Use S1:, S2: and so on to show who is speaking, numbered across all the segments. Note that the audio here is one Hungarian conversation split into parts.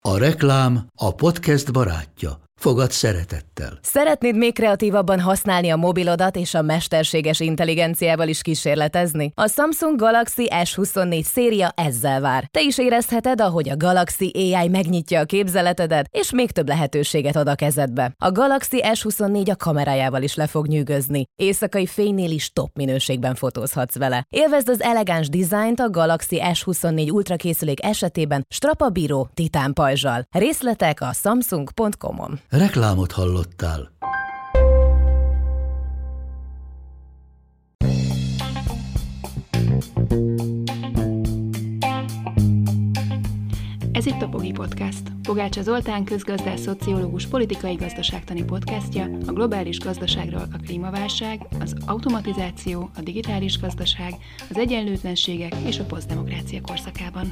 S1: A reklám a podcast barátja. Fogad szeretettel.
S2: Szeretnéd még kreatívabban használni a mobilodat és a mesterséges intelligenciával is kísérletezni? A Samsung Galaxy S24 széria ezzel vár. Te is érezheted, ahogy a Galaxy AI megnyitja a képzeletedet, és még több lehetőséget ad a kezedbe. A Galaxy S24 a kamerájával is le fog nyűgözni. Éjszakai fénynél is top minőségben fotózhatsz vele. Élvezd az elegáns dizájnt a Galaxy S24 Ultra készülék esetében strapabíró titán pajzsal. Részletek a samsung.com-on.
S1: Reklámot hallottál.
S3: Ez itt a Pogi Podcast. Pogácsa Zoltán közgazdász, szociológus, politikai gazdaságtani podcastja a globális gazdaságról, a klímaválság, az automatizáció, a digitális gazdaság, az egyenlőtlenségek és a posztdemokrácia korszakában.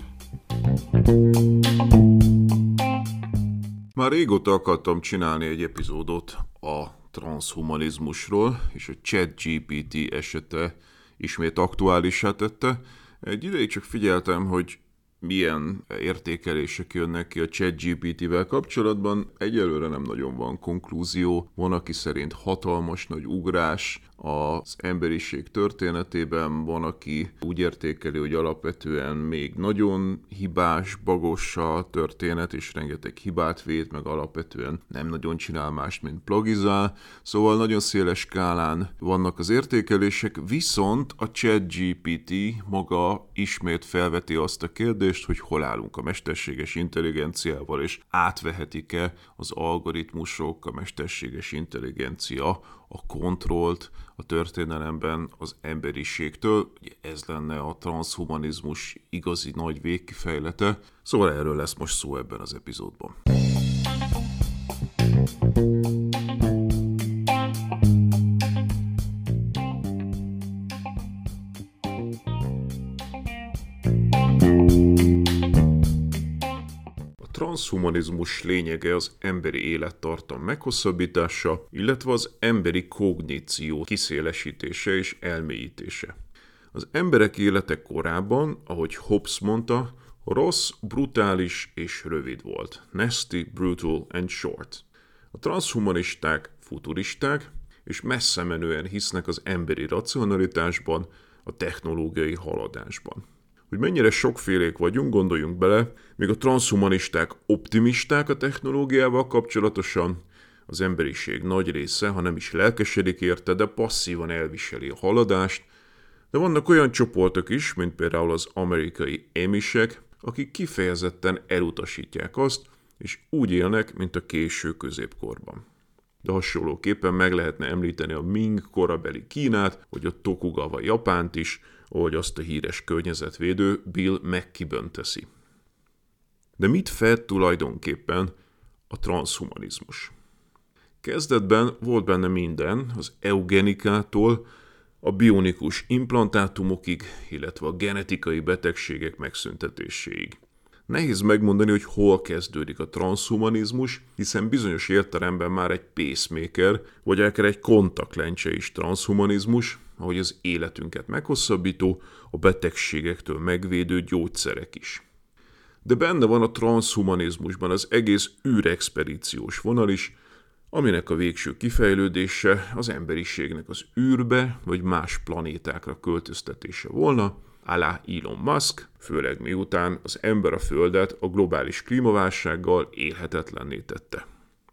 S4: Már régóta akartam csinálni egy epizódot a transzhumanizmusról, és a ChatGPT esete ismét aktuálissá tette. Egy ideig csak figyeltem, hogy milyen értékelések jönnek ki a ChatGPT-vel kapcsolatban. Egyelőre nem nagyon van konklúzió. Van, aki szerint hatalmas nagy ugrás az emberiség történetében, van, aki úgy értékeli, hogy alapvetően még nagyon hibás, bagos a történet, és rengeteg hibát véd, meg alapvetően nem nagyon csinál mást, mint plagizál. Szóval nagyon széles skálán vannak az értékelések, viszont a ChatGPT maga ismét felveti azt a kérdést, hogy hol állunk a mesterséges intelligenciával, és átvehetik-e az algoritmusok, a mesterséges intelligencia a kontrollt a történelemben az emberiségtől. Ugye ez lenne a transzhumanizmus igazi nagy végkifejlete. Szóval erről lesz most szó ebben az epizódban. A transzhumanizmus lényege az emberi élettartam meghosszabbítása, illetve az emberi kogníció kiszélesítése és elmélyítése. Az emberek élete korábban, ahogy Hobbes mondta, rossz, brutális és rövid volt. Nasty, brutal and short. A transzhumanisták futuristák, és messze menően hisznek az emberi racionalitásban, a technológiai haladásban. Hogy mennyire sokfélék vagyunk, gondoljunk bele, míg a transzhumanisták optimisták a technológiával kapcsolatosan, az emberiség nagy része, ha nem is lelkesedik érte, de passzívan elviseli a haladást, de vannak olyan csoportok is, mint például az amerikai emisek, akik kifejezetten elutasítják azt, és úgy élnek, mint a késő középkorban. De hasonlóképpen meg lehetne említeni a Ming korabeli Kínát, vagy a Tokugawa Japánt is, ahogy azt a híres környezetvédő Bill McKibben teszi. De mit fed tulajdonképpen a transzhumanizmus? Kezdetben volt benne minden, az eugenikától a bionikus implantátumokig, illetve a genetikai betegségek megszüntetéséig. Nehéz megmondani, hogy hol kezdődik a transzhumanizmus, hiszen bizonyos értelemben már egy pacemaker, vagy akár egy kontaktlencse is transzhumanizmus, ahogy az életünket meghosszabbító, a betegségektől megvédő gyógyszerek is. De benne van a transzhumanizmusban az egész űrexpedíciós vonal is, aminek a végső kifejlődése az emberiségnek az űrbe vagy más planétákra költöztetése volna, à la Elon Musk, főleg miután az ember a Földet a globális klímaválsággal élhetetlenné tette.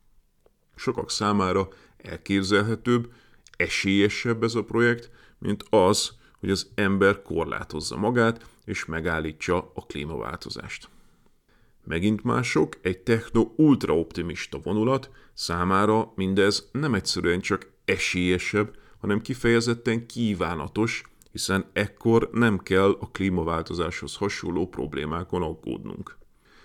S4: Sokak számára elképzelhetőbb, esélyesebb ez a projekt, mint az, hogy az ember korlátozza magát és megállítsa a klímaváltozást. Megint mások, egy techno-ultra-optimista vonulat számára mindez nem egyszerűen csak esélyesebb, hanem kifejezetten kívánatos, hiszen ekkor nem kell a klímaváltozáshoz hasonló problémákon aggódnunk.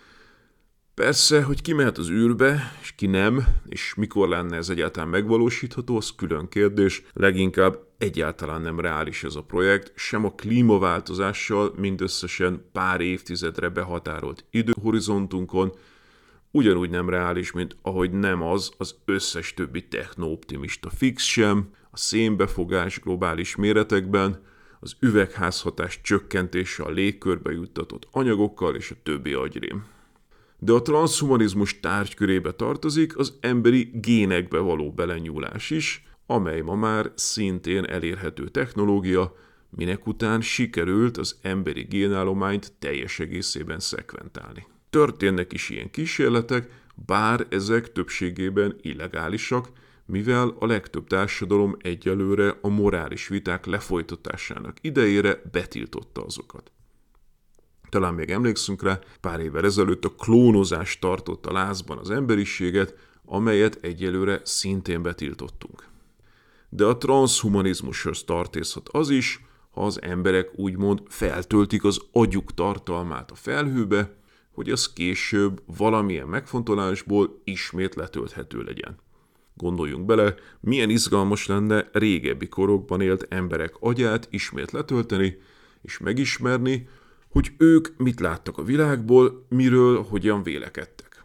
S4: Persze, hogy ki mehet az űrbe, és ki nem, és mikor lenne ez egyáltalán megvalósítható, az külön kérdés. Leginkább egyáltalán nem reális ez a projekt, sem a klímaváltozással mindösszesen pár évtizedre behatárolt időhorizontunkon, ugyanúgy nem reális, mint ahogy nem az összes többi techno-optimista fix sem, a szénbefogás globális méretekben, az üvegházhatás csökkentése a légkörbe juttatott anyagokkal és a többi agyrém. De a transzhumanizmus tárgykörébe tartozik az emberi génekbe való belenyúlás is, amely ma már szintén elérhető technológia, minek után sikerült az emberi génállományt teljes egészében szekventálni. Történnek is ilyen kísérletek, bár ezek többségében illegálisak, mivel a legtöbb társadalom egyelőre a morális viták lefolytatásának idejére betiltotta azokat. Talán még emlékszünk rá, pár évvel ezelőtt a klónozás tartotta lázban az emberiséget, amelyet egyelőre szintén betiltottunk. De a transzhumanizmushoz tartozhat az is, ha az emberek úgymond feltöltik az agyuk tartalmát a felhőbe, hogy az később valamilyen megfontolásból ismét letölthető legyen. Gondoljunk bele, milyen izgalmas lenne régebbi korokban élt emberek agyát ismét letölteni, és megismerni, hogy ők mit láttak a világból, miről, hogyan vélekedtek.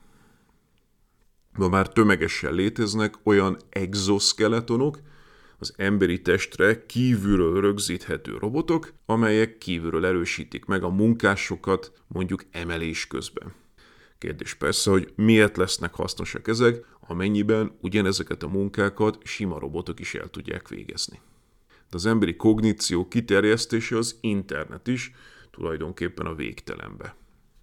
S4: Ma már tömegesen léteznek olyan exoskeletonok, az emberi testre kívülről rögzíthető robotok, amelyek kívülről erősítik meg a munkásokat, mondjuk emelés közben. Kérdés persze, hogy miért lesznek hasznosak ezek, amennyiben ugyanezeket a munkákat sima robotok is el tudják végezni. De az emberi kogníció kiterjesztése az internet is, tulajdonképpen a végtelenbe.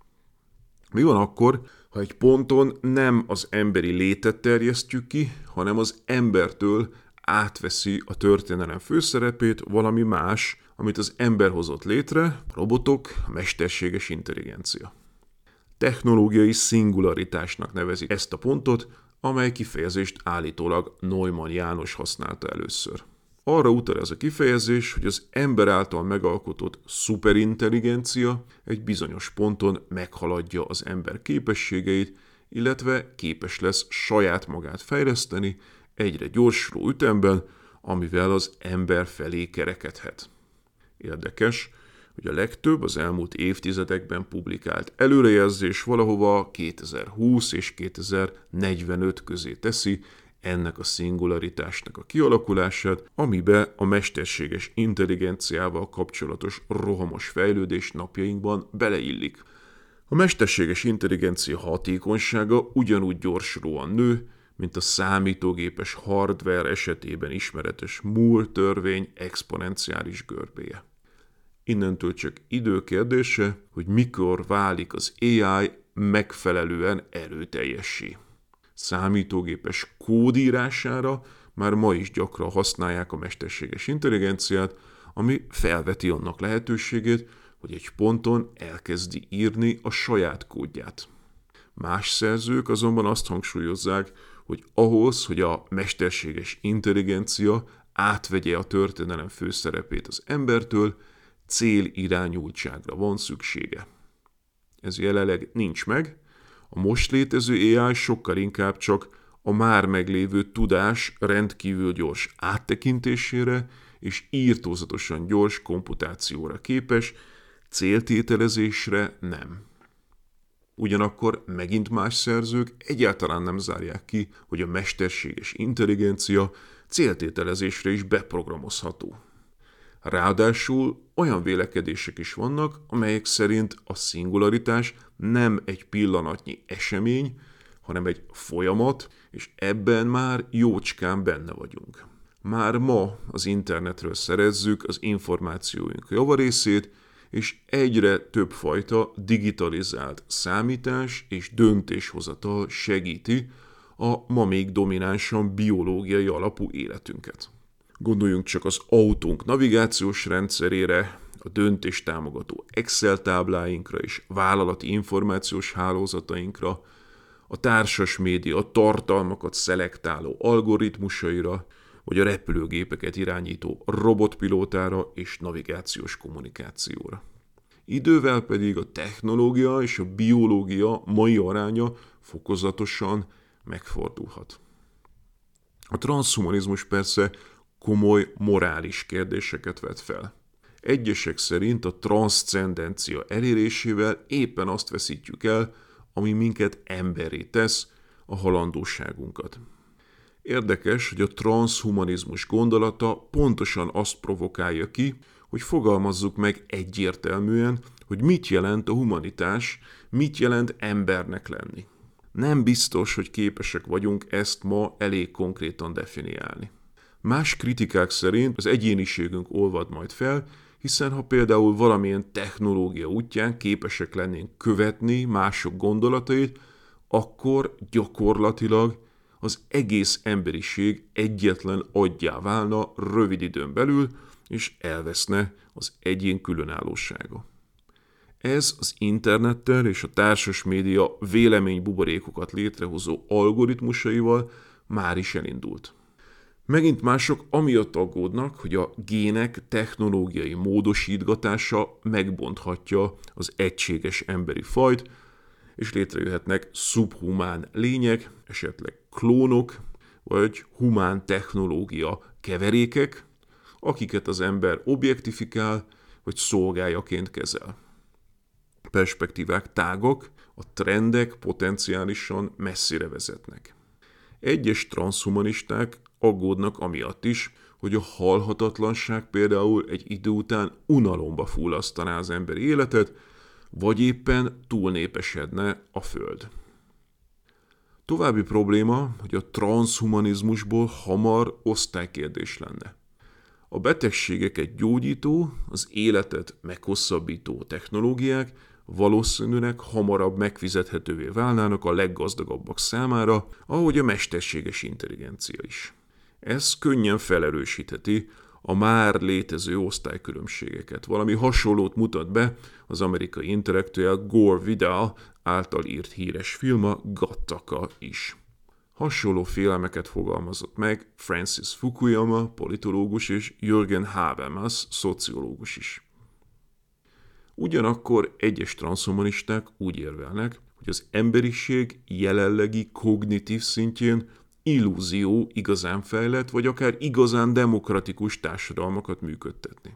S4: Mi van akkor, ha egy ponton nem az emberi létet terjesztjük ki, hanem az embertől átveszi a történelem főszerepét valami más, amit az ember hozott létre, a robotok, a mesterséges intelligencia. Technológiai szingularitásnak nevezik ezt a pontot, amely kifejezést állítólag Neumann János használta először. Arra utal ez a kifejezés, hogy az ember által megalkotott szuperintelligencia egy bizonyos ponton meghaladja az ember képességeit, illetve képes lesz saját magát fejleszteni egyre gyorsuló ütemben, amivel az ember felé kerekedhet. Érdekes, hogy a legtöbb az elmúlt évtizedekben publikált előrejelzés valahova 2020 és 2045 közé teszi ennek a szingularitásnak a kialakulását, amibe a mesterséges intelligenciával kapcsolatos rohamos fejlődés napjainkban beleillik. A mesterséges intelligencia hatékonysága ugyanúgy gyorsulóan nő, mint a számítógépes hardware esetében ismeretes Moore törvény exponenciális görbéje. Innentől csak idő kérdése, hogy mikor válik az AI megfelelően erőteljessé. Számítógépes kódírására már ma is gyakran használják a mesterséges intelligenciát, ami felveti annak lehetőségét, hogy egy ponton elkezdi írni a saját kódját. Más szerzők azonban azt hangsúlyozzák, hogy ahhoz, hogy a mesterséges intelligencia átvegye a történelem főszerepét az embertől, célirányultságra van szüksége. Ez jelenleg nincs meg, a most létező AI sokkal inkább csak a már meglévő tudás rendkívül gyors áttekintésére és írtózatosan gyors komputációra képes, céltételezésre nem. Ugyanakkor megint más szerzők egyáltalán nem zárják ki, hogy a mesterséges intelligencia céltételezésre is beprogramozható. Ráadásul olyan vélekedések is vannak, amelyek szerint a szingularitás nem egy pillanatnyi esemény, hanem egy folyamat, és ebben már jócskán benne vagyunk. Már ma az internetről szerezzük az információink javarészét, és egyre többfajta digitalizált számítás és döntéshozatal segíti a ma még dominánsan biológiai alapú életünket. Gondoljunk csak az autónk navigációs rendszerére, a döntés támogató Excel tábláinkra és vállalati információs hálózatainkra, a társas média tartalmakat szelektáló algoritmusaira, vagy a repülőgépeket irányító robotpilótára és navigációs kommunikációra. Idővel pedig a technológia és a biológia mai aránya fokozatosan megfordulhat. A transzhumanizmus persze komoly morális kérdéseket vet fel. Egyesek szerint a transzcendencia elérésével éppen azt veszítjük el, ami minket emberré tesz, a halandóságunkat. Érdekes, hogy a transzhumanizmus gondolata pontosan azt provokálja ki, hogy fogalmazzuk meg egyértelműen, hogy mit jelent a humanitás, mit jelent embernek lenni. Nem biztos, hogy képesek vagyunk ezt ma elég konkrétan definiálni. Más kritikák szerint az egyéniségünk olvad majd fel, hiszen ha például valamilyen technológia útján képesek lennénk követni mások gondolatait, akkor gyakorlatilag az egész emberiség egyetlen aggyá válna rövid időn belül, és elveszne az egyén különállósága. Ez az internettel és a társas média véleménybuborékokat létrehozó algoritmusaival már is elindult. Megint mások amiatt aggódnak, hogy a gének technológiai módosítgatása megbonthatja az egységes emberi fajt, és létrejöhetnek szubhumán lények, esetleg klónok, vagy humán technológia keverékek, akiket az ember objektifikál, vagy szolgájaként kezel. A perspektívák tágak, a trendek potenciálisan messzire vezetnek. Egyes transzhumanisták aggódnak amiatt is, hogy a halhatatlanság például egy idő után unalomba fullasztaná az emberi életet, vagy éppen túlnépesedne a Föld. További probléma, hogy a transzhumanizmusból hamar osztálykérdés lenne. A betegségeket gyógyító, az életet meghosszabbító technológiák valószínűleg hamarabb megfizethetővé válnának a leggazdagabbak számára, ahogy a mesterséges intelligencia is. Ez könnyen felerősítheti a már létező osztálykülönbségeket. Valami hasonlót mutat be az amerikai intellektuál Gore Vidal által írt híres film, a Gattaca is. Hasonló félelmeket fogalmazott meg Francis Fukuyama, politológus, és Jürgen Habermas, szociológus is. Ugyanakkor egyes transzhumanisták úgy érvelnek, hogy az emberiség jelenlegi kognitív szintjén illúzió igazán fejlett, vagy akár igazán demokratikus társadalmakat működtetni.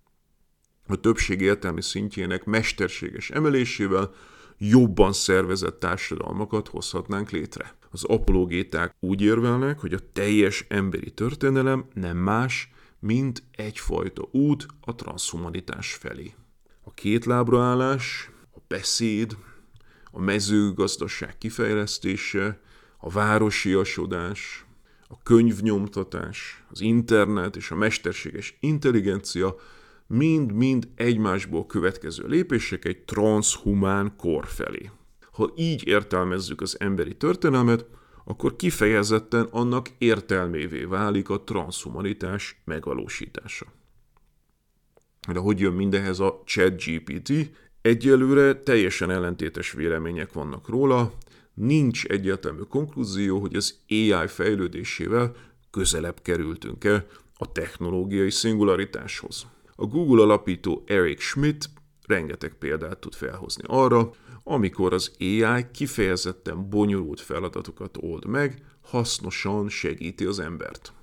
S4: A többség értelmi szintjének mesterséges emelésével jobban szervezett társadalmakat hozhatnánk létre. Az apologéták úgy érvelnek, hogy a teljes emberi történelem nem más, mint egyfajta út a transzhumanitás felé. A kétlábra állás, a beszéd, a mezőgazdaság kifejlesztése, a városiasodás, a könyvnyomtatás, az internet és a mesterséges intelligencia mind-mind egymásból következő lépések egy transzhumán kor felé. Ha így értelmezzük az emberi történelmet, akkor kifejezetten annak értelmévé válik a transzhumanitás megvalósítása. De hogy jön mindehez a ChatGPT? Egyelőre teljesen ellentétes vélemények vannak róla, nincs egyértelmű konklúzió, hogy az AI fejlődésével közelebb kerültünk-e a technológiai szingularitáshoz. A Google alapító Eric Schmidt rengeteg példát tud felhozni arra, amikor az AI kifejezetten bonyolult feladatokat old meg, hasznosan segíti az embert.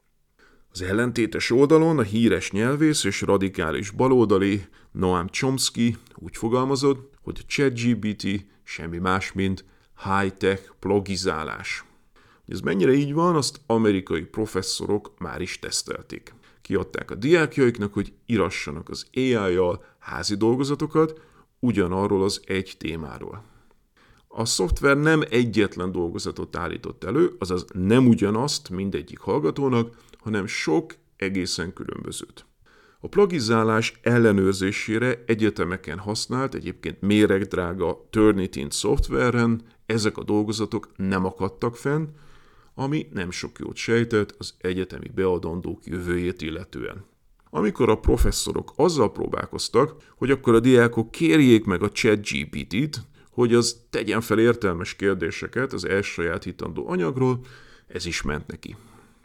S4: Az ellentétes oldalon a híres nyelvész és radikális baloldali Noam Chomsky úgy fogalmazott, hogy a ChatGPT semmi más, mint high-tech plagizálás. Hogy ez mennyire így van, azt amerikai professzorok már is tesztelték. Kiadták a diákjaiknak, hogy írassanak az AI-jal házi dolgozatokat ugyanarról az egy témáról. A szoftver nem egyetlen dolgozatot állított elő, azaz nem ugyanazt mindegyik hallgatónak, hanem sok egészen különbözőt. A plagizálás ellenőrzésére egyetemeken használt, egyébként méregdrága Turnitin szoftveren ezek a dolgozatok nem akadtak fenn, ami nem sok jót sejtett az egyetemi beadandók jövőjét illetően. Amikor a professzorok azzal próbálkoztak, hogy akkor a diákok kérjék meg a ChatGPT-t, hogy az tegyen fel értelmes kérdéseket az elsajátítandó anyagról, ez is ment neki.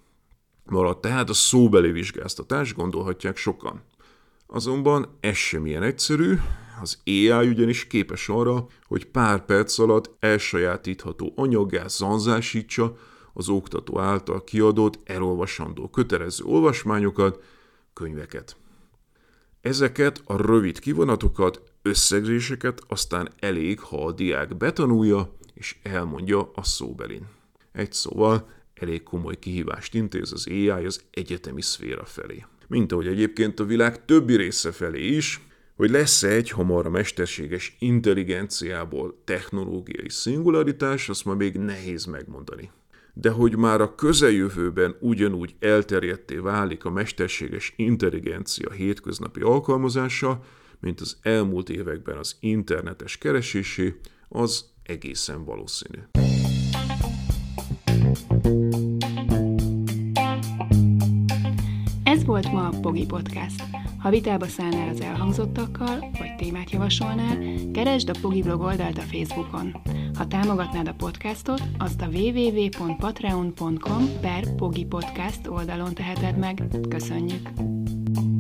S4: Maradt tehát a szóbeli vizsgáztatás, gondolhatják sokan. Azonban ez sem ilyen egyszerű, az AI ugyanis képes arra, hogy pár perc alatt elsajátítható anyaggá zanzásítsa az oktató által kiadott, elolvasandó kötelező olvasmányokat, könyveket. Ezeket a rövid kivonatokat, összegzéseket aztán elég, ha a diák betanulja és elmondja a szóbelin. Egy szóval elég komoly kihívást intéz az AI az egyetemi szféra felé. Mint ahogy egyébként a világ többi része felé is, Hogy lesz-e egyhamar a mesterséges intelligenciából technológiai szingularitás, azt ma még nehéz megmondani. De hogy már a közeljövőben ugyanúgy elterjedté válik a mesterséges intelligencia hétköznapi alkalmazása, mint az elmúlt években az internetes keresésé, az egészen valószínű.
S3: Ez volt ma a Pogi Podcast. Ha vitába szállnál az elhangzottakkal, vagy témát javasolnál, keresd a Pogi blog oldalt a Facebookon. Ha támogatnád a podcastot, azt a www.patreon.com/pogipodcast oldalon teheted meg. Köszönjük!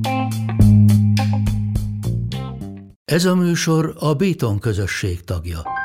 S1: Ez a műsor a Béton közösség tagja.